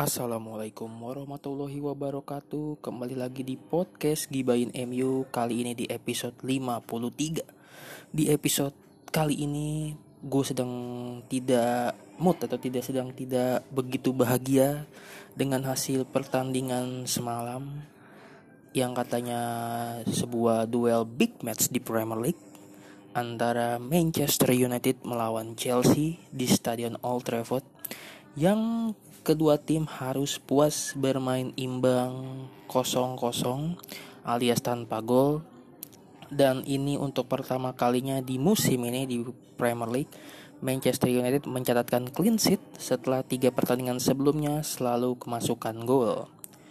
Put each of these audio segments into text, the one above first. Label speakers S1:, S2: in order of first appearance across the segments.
S1: Assalamualaikum warahmatullahi wabarakatuh. Kembali lagi di podcast Gibain MU. Kali ini di episode 53. Di episode kali ini gue sedang tidak mood atau sedang tidak begitu bahagia dengan hasil pertandingan semalam yang katanya sebuah duel big match di Premier League antara Manchester United melawan Chelsea di Stadion Old Trafford, yang kedua tim harus puas bermain imbang 0-0 alias tanpa gol. Dan ini untuk pertama kalinya di musim ini di Premier League, Manchester United mencatatkan clean sheet setelah 3 pertandingan sebelumnya selalu kemasukan gol.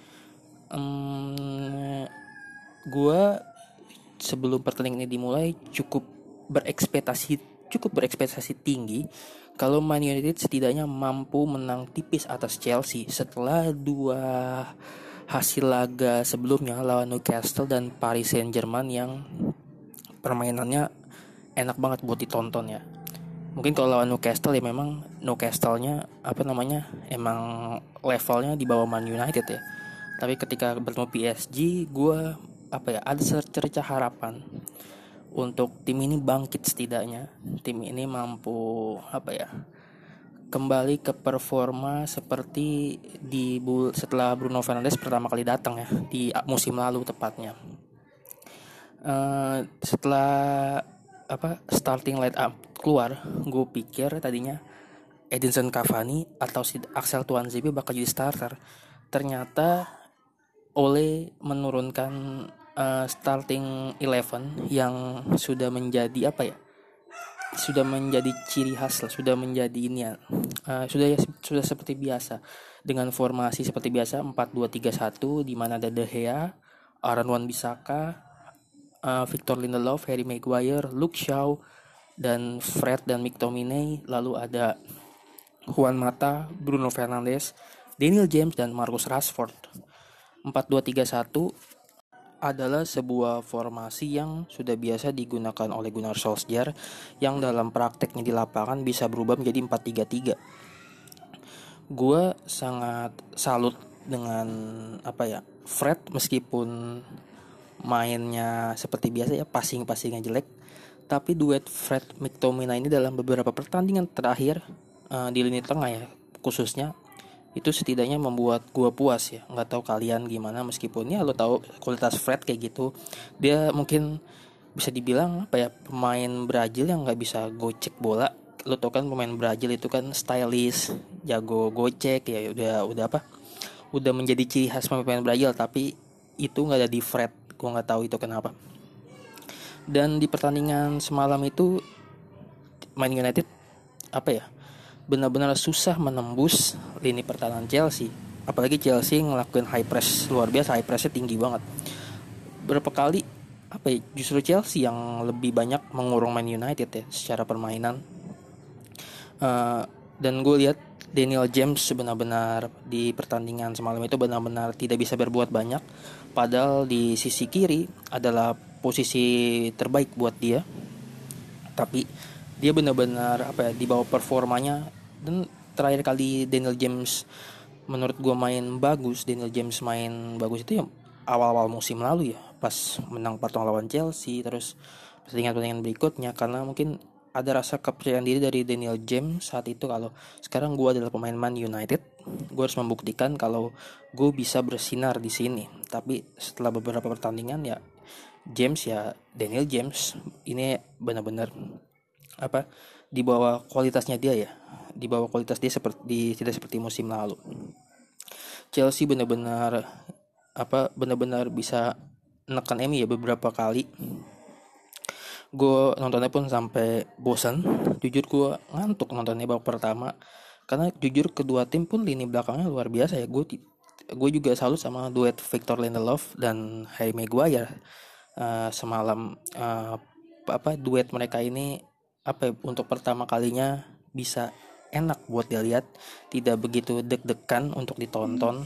S1: Gue sebelum pertandingan ini dimulai cukup berekspektasi tinggi kalau Man United setidaknya mampu menang tipis atas Chelsea setelah 2 hasil laga sebelumnya lawan Newcastle dan Paris Saint-Germain yang permainannya enak banget buat ditonton ya. Mungkin kalau lawan Newcastle ya memang Newcastle-nya emang levelnya di bawah Man United ya. Tapi ketika bertemu PSG, gue ada secerca harapan untuk tim ini bangkit setidaknya. Tim ini mampu kembali ke performa seperti setelah Bruno Fernandes pertama kali datang ya di musim lalu tepatnya. Setelah starting line up keluar, gue pikir tadinya Edinson Cavani atau Axel Tuanzebe bakal jadi starter. Ternyata Ole menurunkan starting 11 yang sudah menjadi sudah menjadi ciri khas lah, sudah menjadi sudah seperti biasa dengan formasi seperti biasa 4-2-3-1 di mana ada De Gea, Aaron Wan-Bissaka, Victor Lindelof, Harry Maguire, Luke Shaw dan Fred dan McTominay, lalu ada Juan Mata, Bruno Fernandes, Daniel James dan Marcus Rashford. 4-2-3-1 adalah sebuah formasi yang sudah biasa digunakan oleh Gunnar Solskjaer yang dalam prakteknya di lapangan bisa berubah menjadi 4-3-3. Gue sangat salut dengan Fred, meskipun mainnya seperti biasa ya, passingnya jelek, tapi duet Fred McTominay ini dalam beberapa pertandingan terakhir di lini tengah ya khususnya itu setidaknya membuat gue puas ya. Nggak tahu kalian gimana, meskipun ya lo tahu kualitas Fred kayak gitu, dia mungkin bisa dibilang pemain Brazil yang nggak bisa gocek bola. Lo tau kan pemain Brazil itu kan stylish, jago gocek ya, udah menjadi ciri khas pemain Brazil, tapi itu nggak ada di Fred. Gue nggak tahu itu kenapa. Dan di pertandingan semalam itu Man United benar-benar susah menembus lini pertahanan Chelsea. Apalagi Chelsea ngelakuin high press luar biasa, high pressnya tinggi banget. Berapa kali justru Chelsea yang lebih banyak mengurung Man United ya secara permainan. Dan gue lihat Daniel James benar-benar di pertandingan semalam itu benar-benar tidak bisa berbuat banyak. Padahal di sisi kiri adalah posisi terbaik buat dia. Tapi dia benar-benar di bawah performanya. Dan terakhir kali Daniel James menurut gue main bagus itu ya awal-awal musim lalu ya, pas menang 4-0 lawan Chelsea. Terus pertandingan berikutnya, karena mungkin ada rasa kepercayaan diri dari Daniel James saat itu, kalau sekarang gue adalah pemain Man United, gue harus membuktikan kalau gue bisa bersinar di sini. Tapi setelah beberapa pertandingan ya Daniel James ini benar-benar di bawah kualitasnya dia ya, di bawah kualitas dia tidak seperti musim lalu. Chelsea benar-benar bisa menekan MU ya beberapa kali. Gue nontonnya pun sampai bosan. Jujur gue ngantuk nontonnya babak pertama, karena jujur kedua tim pun lini belakangnya luar biasa ya. Gue juga salut sama duet Victor Lindelof dan Harry Maguire semalam. Duet mereka ini untuk pertama kalinya bisa enak buat dilihat, tidak begitu deg-degan untuk ditonton.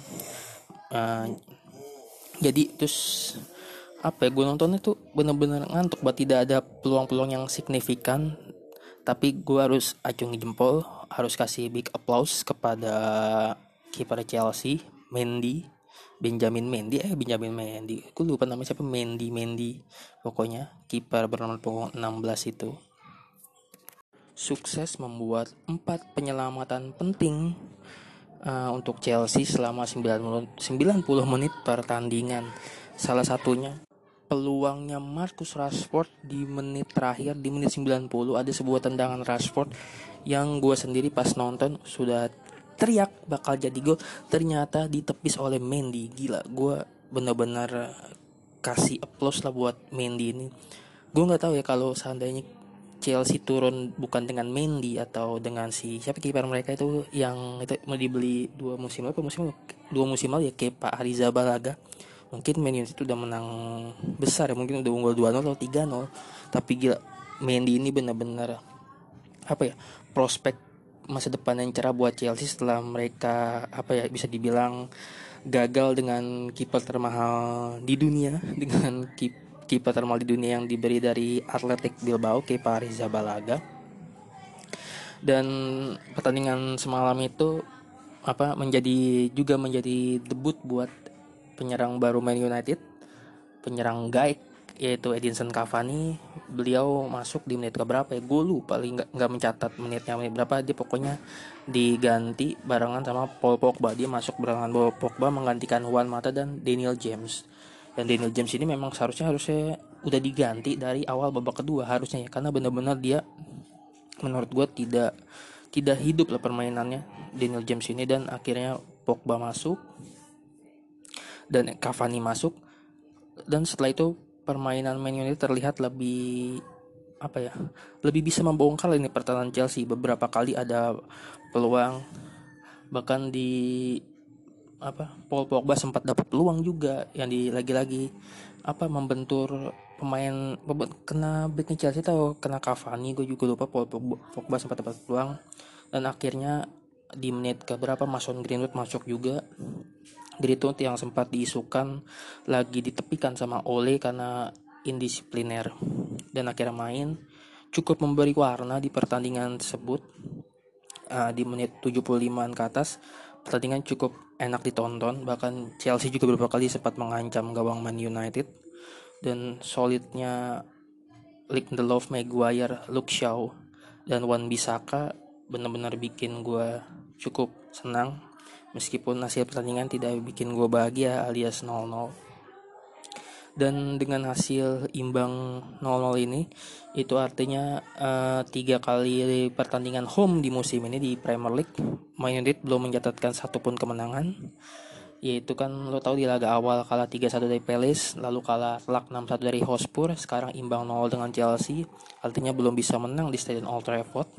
S1: Jadi terus gue nontonnya tuh benar-benar ngantuk, tidak ada peluang-peluang yang signifikan. Tapi gue harus acungi jempol, harus kasih big applause kepada kiper Chelsea, Benjamin Mendy, aku lupa namanya siapa, Mendy pokoknya kiper bernomor punggung 16 itu sukses membuat 4 penyelamatan penting untuk Chelsea selama 90 menit pertandingan. Salah satunya peluangnya Marcus Rashford di menit terakhir, di menit 90 ada sebuah tendangan Rashford yang gue sendiri pas nonton sudah teriak bakal jadi gol, ternyata ditepis oleh Mendy. Gila, gue benar-benar kasih applause lah buat Mendy ini. Gue nggak tahu ya kalau seandainya Chelsea turun bukan dengan Mendy atau dengan si siapa kiper mereka itu yang itu mau dibeli 2 musim lalu ya, Kepa Arrizabalaga, mungkin Man United itu udah menang besar ya, mungkin udah unggul 2-0 atau 3-0. Tapi gila, Mendy ini benar-benar apa ya, prospek masa depan yang cerah buat Chelsea setelah mereka apa ya, bisa dibilang gagal dengan kiper termahal di dunia dengan kiper termahal di dunia yang diberi dari Athletic Bilbao, Kepa Arrizabalaga. Dan pertandingan semalam itu menjadi debut buat penyerang baru Man United, penyerang gaek, yaitu Edinson Cavani. Beliau masuk di menit keberapa ya, gue lupa, nggak mencatat menit berapa, dia pokoknya diganti barengan sama Paul Pogba. Dia masuk barengan Paul Pogba menggantikan Juan Mata dan Daniel James. Dan Daniel James ini memang harusnya udah diganti dari awal babak kedua harusnya ya, karena benar-benar dia menurut gue tidak hidup lah permainannya Daniel James ini. Dan akhirnya Pogba masuk dan Cavani masuk, dan setelah itu permainan Man United terlihat lebih lebih bisa membongkar ini pertahanan Chelsea. Beberapa kali ada peluang, bahkan di Paul Pogba sempat dapat peluang juga yang lagi-lagi membentur pemain, kena backnya Chelsea atau kena Cavani, gue juga lupa. Paul Pogba sempat dapat peluang, dan akhirnya di menit keberapa Mason Greenwood masuk juga. Greenwood yang sempat diisukan lagi ditepikan sama Ole karena indisipliner, dan akhirnya main cukup memberi warna di pertandingan tersebut. Di menit 75-an ke atas pertandingan cukup enak ditonton, bahkan Chelsea juga beberapa kali sempat mengancam gawang Man United. Dan solidnya Lindelof, Maguire, Luke Shaw, dan Wan-Bissaka benar-benar bikin gue cukup senang, meskipun hasil pertandingan tidak bikin gue bahagia alias 0-0. Dan dengan hasil imbang 0-0 ini, itu artinya 3 kali pertandingan home di musim ini di Premier League, Man United belum mencatatkan satupun kemenangan. Yaitu kan lo tahu di laga awal kalah 3-1 dari Palace, lalu kalah telak 6-1 dari Hotspur, sekarang imbang 0 dengan Chelsea, artinya belum bisa menang di Stadion Old Trafford.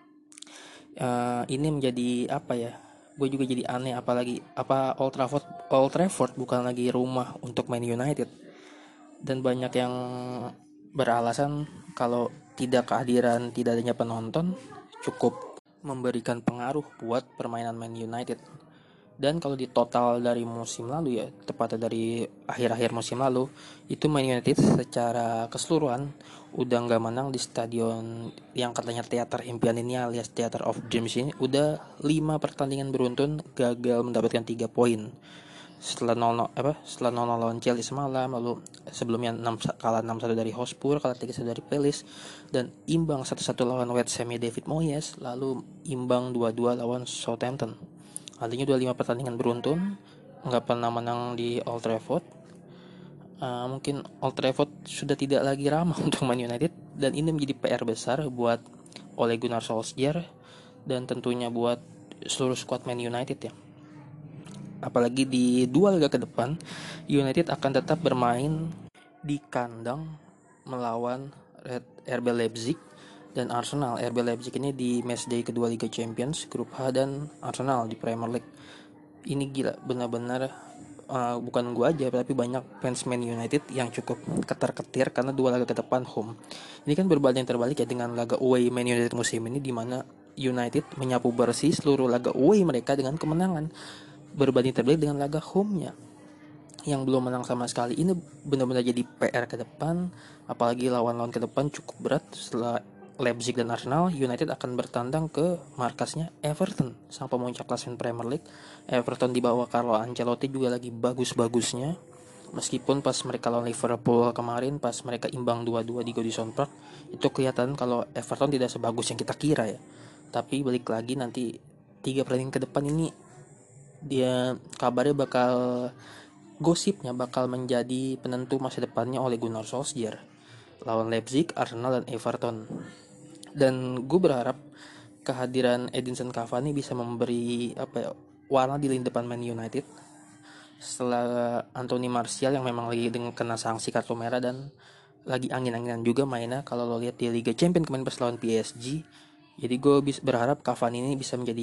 S1: Ini menjadi gue juga jadi aneh, apalagi Old Trafford bukan lagi rumah untuk Man United. Dan banyak yang beralasan kalau tidak adanya penonton cukup memberikan pengaruh buat permainan Man United. Dan kalau di total dari musim lalu ya, tepatnya dari akhir-akhir musim lalu, itu Man United secara keseluruhan udah nggak menang di stadion yang katanya teater impian ini alias Theater of Dreams ini. Udah 5 pertandingan beruntun gagal mendapatkan 3 poin. Setelah 0-0 lawan Chelsea semalam, lalu sebelumnya kalah 6-1 dari Hotspur, kalah 3-1 dari Palace, dan imbang 1-1 lawan West Ham David Moyes, lalu imbang 2-2 lawan Southampton. Artinya 25 pertandingan beruntun nggak pernah menang di Old Trafford. Mungkin Old Trafford sudah tidak lagi ramah untuk Man United, dan ini menjadi PR besar buat Ole Gunnar Solskjaer dan tentunya buat seluruh skuad Man United ya. Apalagi di 2 laga ke depan, United akan tetap bermain di kandang melawan RB Leipzig dan Arsenal. RB Leipzig ini di matchday kedua Liga Champions grup H, dan Arsenal di Premier League. Ini gila, benar-benar bukan gue aja tapi banyak fans Man United yang cukup ketar-ketir karena 2 laga ke depan home. Ini kan berbanding terbalik ya dengan laga away Man United musim ini, di mana United menyapu bersih seluruh laga away mereka dengan kemenangan, berbanding terbalik dengan laga home-nya yang belum menang sama sekali. Ini benar-benar jadi PR ke depan, apalagi lawan-lawan ke depan cukup berat setelah Leipzig dan Arsenal, United akan bertandang ke markasnya Everton, sang pemuncak klasemen Premier League. Everton di bawah Carlo Ancelotti juga lagi bagus-bagusnya. Meskipun pas mereka lawan Liverpool kemarin, pas mereka imbang 2-2 di Goodison Park, itu kelihatan kalau Everton tidak sebagus yang kita kira ya. Tapi balik lagi nanti 3 pertandingan ke depan ini, dia kabarnya gosipnya bakal menjadi penentu masa depannya oleh Gunnar Solskjaer, lawan Leipzig, Arsenal, dan Everton. Dan gue berharap kehadiran Edinson Cavani bisa memberi warna di lini depan Man United setelah Anthony Martial yang memang lagi dengan kena sanksi kartu merah dan lagi angin-anginan juga mainnya kalau lo lihat di Liga Champions kemarin pas lawan PSG. Jadi gue berharap Cavani ini bisa menjadi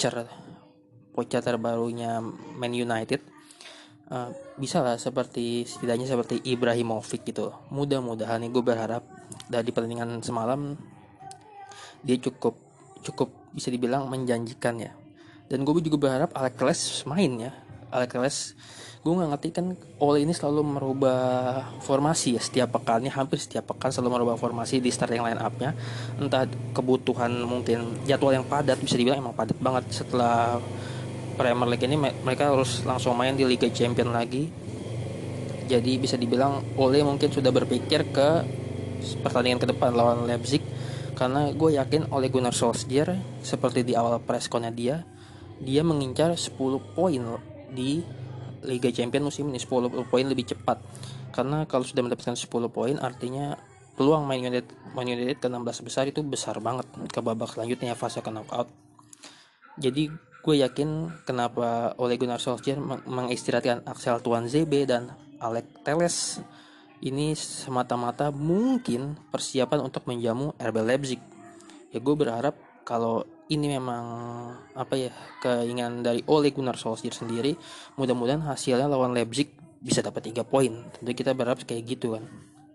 S1: pocher terbarunya Man United. Bisa lah setidaknya seperti Ibrahimovic gitu. Mudah-mudahan nih, gue berharap dari pertandingan semalam dia cukup cukup bisa dibilang menjanjikan ya. Dan gue juga berharap Alex Telles main ya. Alex Telles, gue nggak ngerti kan, Ole ini selalu merubah formasi ya setiap pekannya, hampir setiap pekan selalu merubah formasi di starting line up-nya. Entah kebutuhan, mungkin jadwal yang padat, bisa dibilang emang padat banget setelah Premier League ini mereka harus langsung main di Liga Champions lagi. Jadi bisa dibilang Ole mungkin sudah berpikir ke pertandingan ke depan lawan Leipzig, karena gue yakin Ole Gunnar Solskjaer seperti di awal pressconnya dia mengincar 10 poin di Liga Champions musim ini, 10 poin lebih cepat. Karena kalau sudah mendapatkan 10 poin artinya peluang Man United ke 16 besar itu besar banget ke babak selanjutnya fase ke knockout. Jadi gue yakin kenapa Ole Gunnar Solskjaer mengistirahatkan Axel Tuanzebe dan Alex Telles ini semata-mata mungkin persiapan untuk menjamu RB Leipzig. Ya gue berharap kalau ini memang keinginan dari Ole Gunnar Solskjaer sendiri, mudah-mudahan hasilnya lawan Leipzig bisa dapat 3 poin. Tentu kita berharap kayak gitu kan.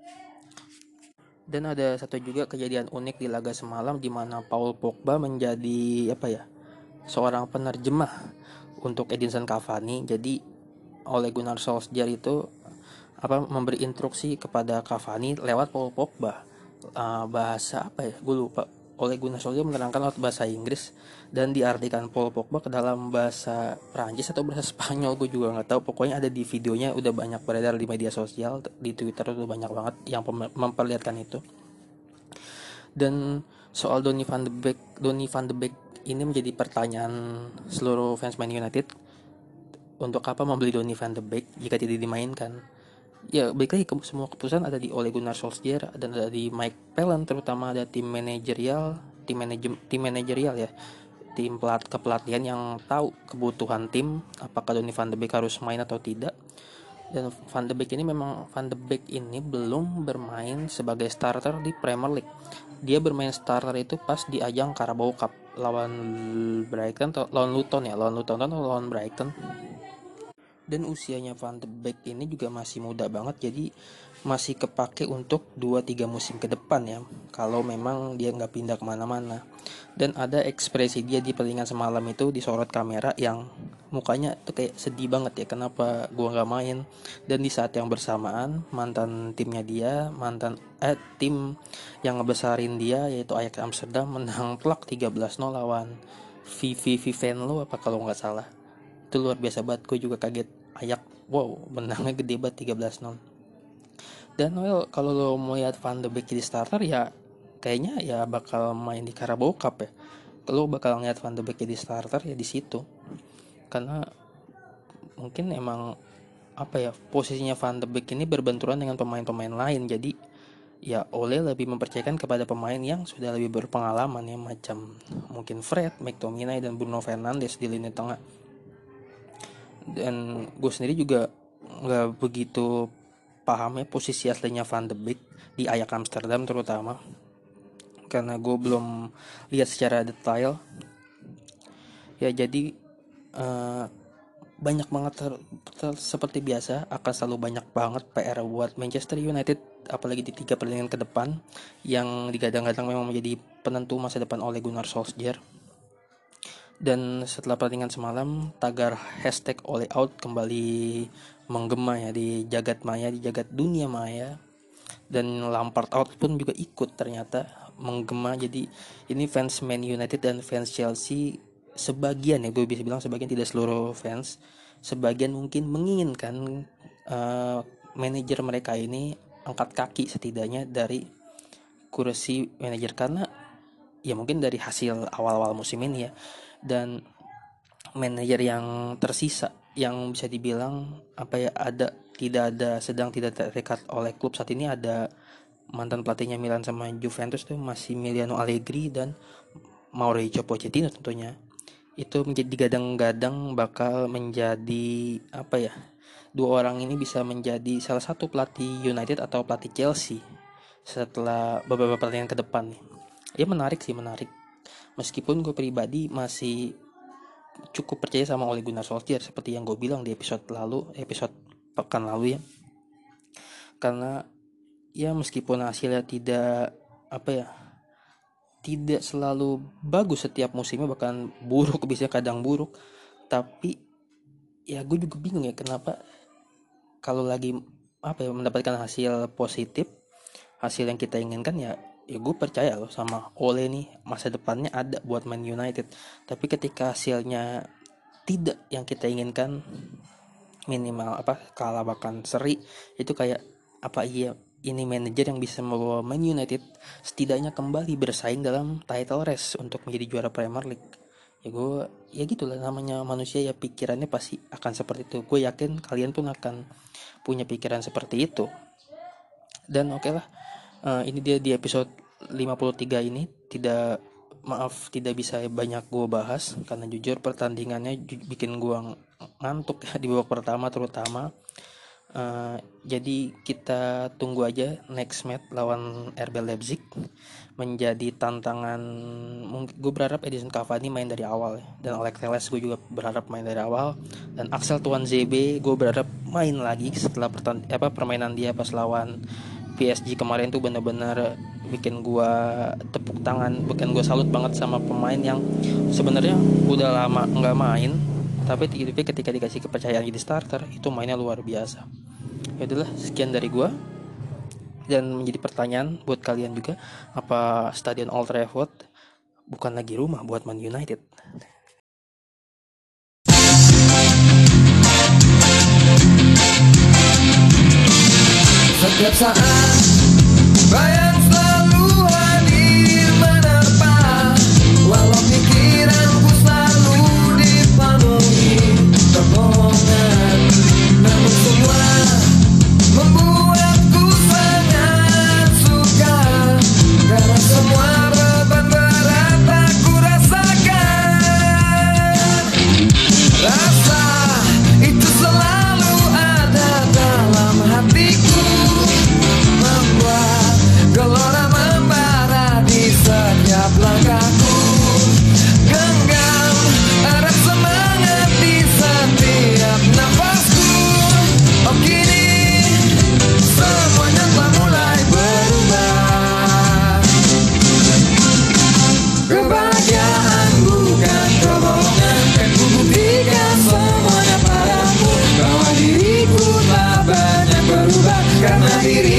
S1: Dan ada satu juga kejadian unik di laga semalam di mana Paul Pogba menjadi seorang penerjemah untuk Edinson Cavani. Jadi oleh Gunnar Solskjaer itu memberi instruksi kepada Cavani lewat Paul Pogba. Bahasa gue lupa. Oleh Gunnar Solskjaer menerangkan lewat bahasa Inggris dan diartikan Paul Pogba ke dalam bahasa Prancis atau bahasa Spanyol, gue juga nggak tahu. Pokoknya ada di videonya, udah banyak beredar di media sosial, di Twitter udah banyak banget yang memperlihatkan itu. Dan soal Donny van de Beek ini menjadi pertanyaan seluruh fans Man United. Untuk apa membeli Donny van de Beek jika tidak dimainkan? Ya, balik lagi semua keputusan ada di Ole Gunnar Solskjaer dan ada di Mike Phelan, terutama ada tim manajerial ya, kepelatihan yang tahu kebutuhan tim, apakah Donny van de Beek harus main atau tidak. Dan Van de Beek ini belum bermain sebagai starter di Premier League. Dia bermain starter itu pas di ajang Carabao Cup lawan Luton atau lawan Brighton. Dan usianya Van de Beek ini juga masih muda banget, jadi masih kepake untuk 2-3 musim ke depan ya, kalau memang dia nggak pindah kemana-mana. Dan ada ekspresi dia di pertandingan semalam itu disorot kamera yang mukanya tuh kayak sedih banget ya, kenapa gua nggak main. Dan di saat yang bersamaan mantan tim yang ngebesarin dia yaitu Ajax Amsterdam menang plak 13-0 lawan VV Venlo apa kalau nggak salah. Itu luar biasa banget, gue juga kaget. Ayak, wow, menangnya gede banget 13-0. Dan kalau lo mau lihat Van de Beek di starter ya kayaknya ya bakal main di Carabao Cup ya. Kalau bakal ngeliat Van de Beek di starter ya di situ. Karena mungkin emang posisinya Van de Beek ini berbenturan dengan pemain-pemain lain. Jadi ya Ole lebih mempercayakan kepada pemain yang sudah lebih berpengalaman ya, macam mungkin Fred, McTominay dan Bruno Fernandes di lini tengah. Dan gue sendiri juga nggak begitu paham ya posisi aslinya Van de Beek di Ajax Amsterdam terutama, karena gue belum lihat secara detail ya. Jadi banyak banget seperti biasa akan selalu banyak banget PR buat Manchester United, apalagi di 3 pertandingan ke depan yang digadang-gadang memang menjadi penentu masa depan oleh Gunnar Solskjaer. Dan setelah pertandingan semalam, tagar hashtag Ole Out kembali menggema ya di jagat dunia maya. Dan Lampard Out pun juga ikut ternyata menggema. Jadi ini fans Man United dan fans Chelsea sebagian, ya gue bisa bilang sebagian, tidak seluruh fans, sebagian mungkin menginginkan manajer mereka ini angkat kaki setidaknya dari kursi manajer, karena ya mungkin dari hasil awal-awal musim ini ya, dan manajer yang tersisa yang bisa dibilang sedang tidak terikat oleh klub saat ini, ada mantan pelatihnya Milan sama Juventus tuh, Massimiliano Allegri dan Mauricio Pochettino. Tentunya itu menjadi digadang-gadang bakal menjadi dua orang ini bisa menjadi salah satu pelatih United atau pelatih Chelsea setelah beberapa pertandingan ke depan nih. Ya menarik, meskipun gue pribadi masih cukup percaya sama Ole Gunnar Solskjaer seperti yang gue bilang di episode pekan lalu ya, karena ya meskipun hasilnya tidak selalu bagus setiap musimnya, bahkan buruk, bisa kadang buruk, tapi ya gue juga bingung ya kenapa kalau lagi mendapatkan hasil positif, hasil yang kita inginkan, ya gue percaya loh sama Ole nih, masa depannya ada buat Man United. Tapi ketika hasilnya tidak yang kita inginkan, minimal kalah bahkan seri, itu kayak ini manajer yang bisa membawa Man United setidaknya kembali bersaing dalam title race untuk menjadi juara Premier League. Ya gitulah namanya manusia, ya pikirannya pasti akan seperti itu. Gue yakin kalian pun akan punya pikiran seperti itu. Dan oke lah, ini dia di episode 53 ini tidak bisa banyak gue bahas, karena jujur pertandingannya bikin gue ngantuk ya di babak pertama terutama. Jadi kita tunggu aja next match lawan RB Leipzig, menjadi tantangan. Mungkin gue berharap Edinson Cavani main dari awal ya, dan Alex Telles gue juga berharap main dari awal, dan Axel Tuanzebe gue berharap main lagi setelah permainan dia pas lawan PSG kemarin tuh benar-benar bikin gue tepuk tangan, bikin gue salut banget sama pemain yang sebenarnya udah lama nggak main, tapi tiba-tiba ketika dikasih kepercayaan jadi starter itu mainnya luar biasa. Ya udahlah, sekian dari gue, dan menjadi pertanyaan buat kalian juga, apa Stadion Old Trafford bukan lagi rumah buat Man United?
S2: Setiap saat bayang selalu hadir menerpa, walau pikiranku selalu dipenuhi kebohongan, namun semua membuatku sangat suka, karena semua beban berat aku rasakan. Rasa itu selalu ada dalam hatiku, membuat gelora membara di setiap langkahku, genggam erat semangat di setiap nafasku. Oh kini semuanya telah mulai berubah, kebahagiaan bukan kebohongan, kan ku buktikan semuanya padamu, bahwa diriku telah banyak berubah, karena diri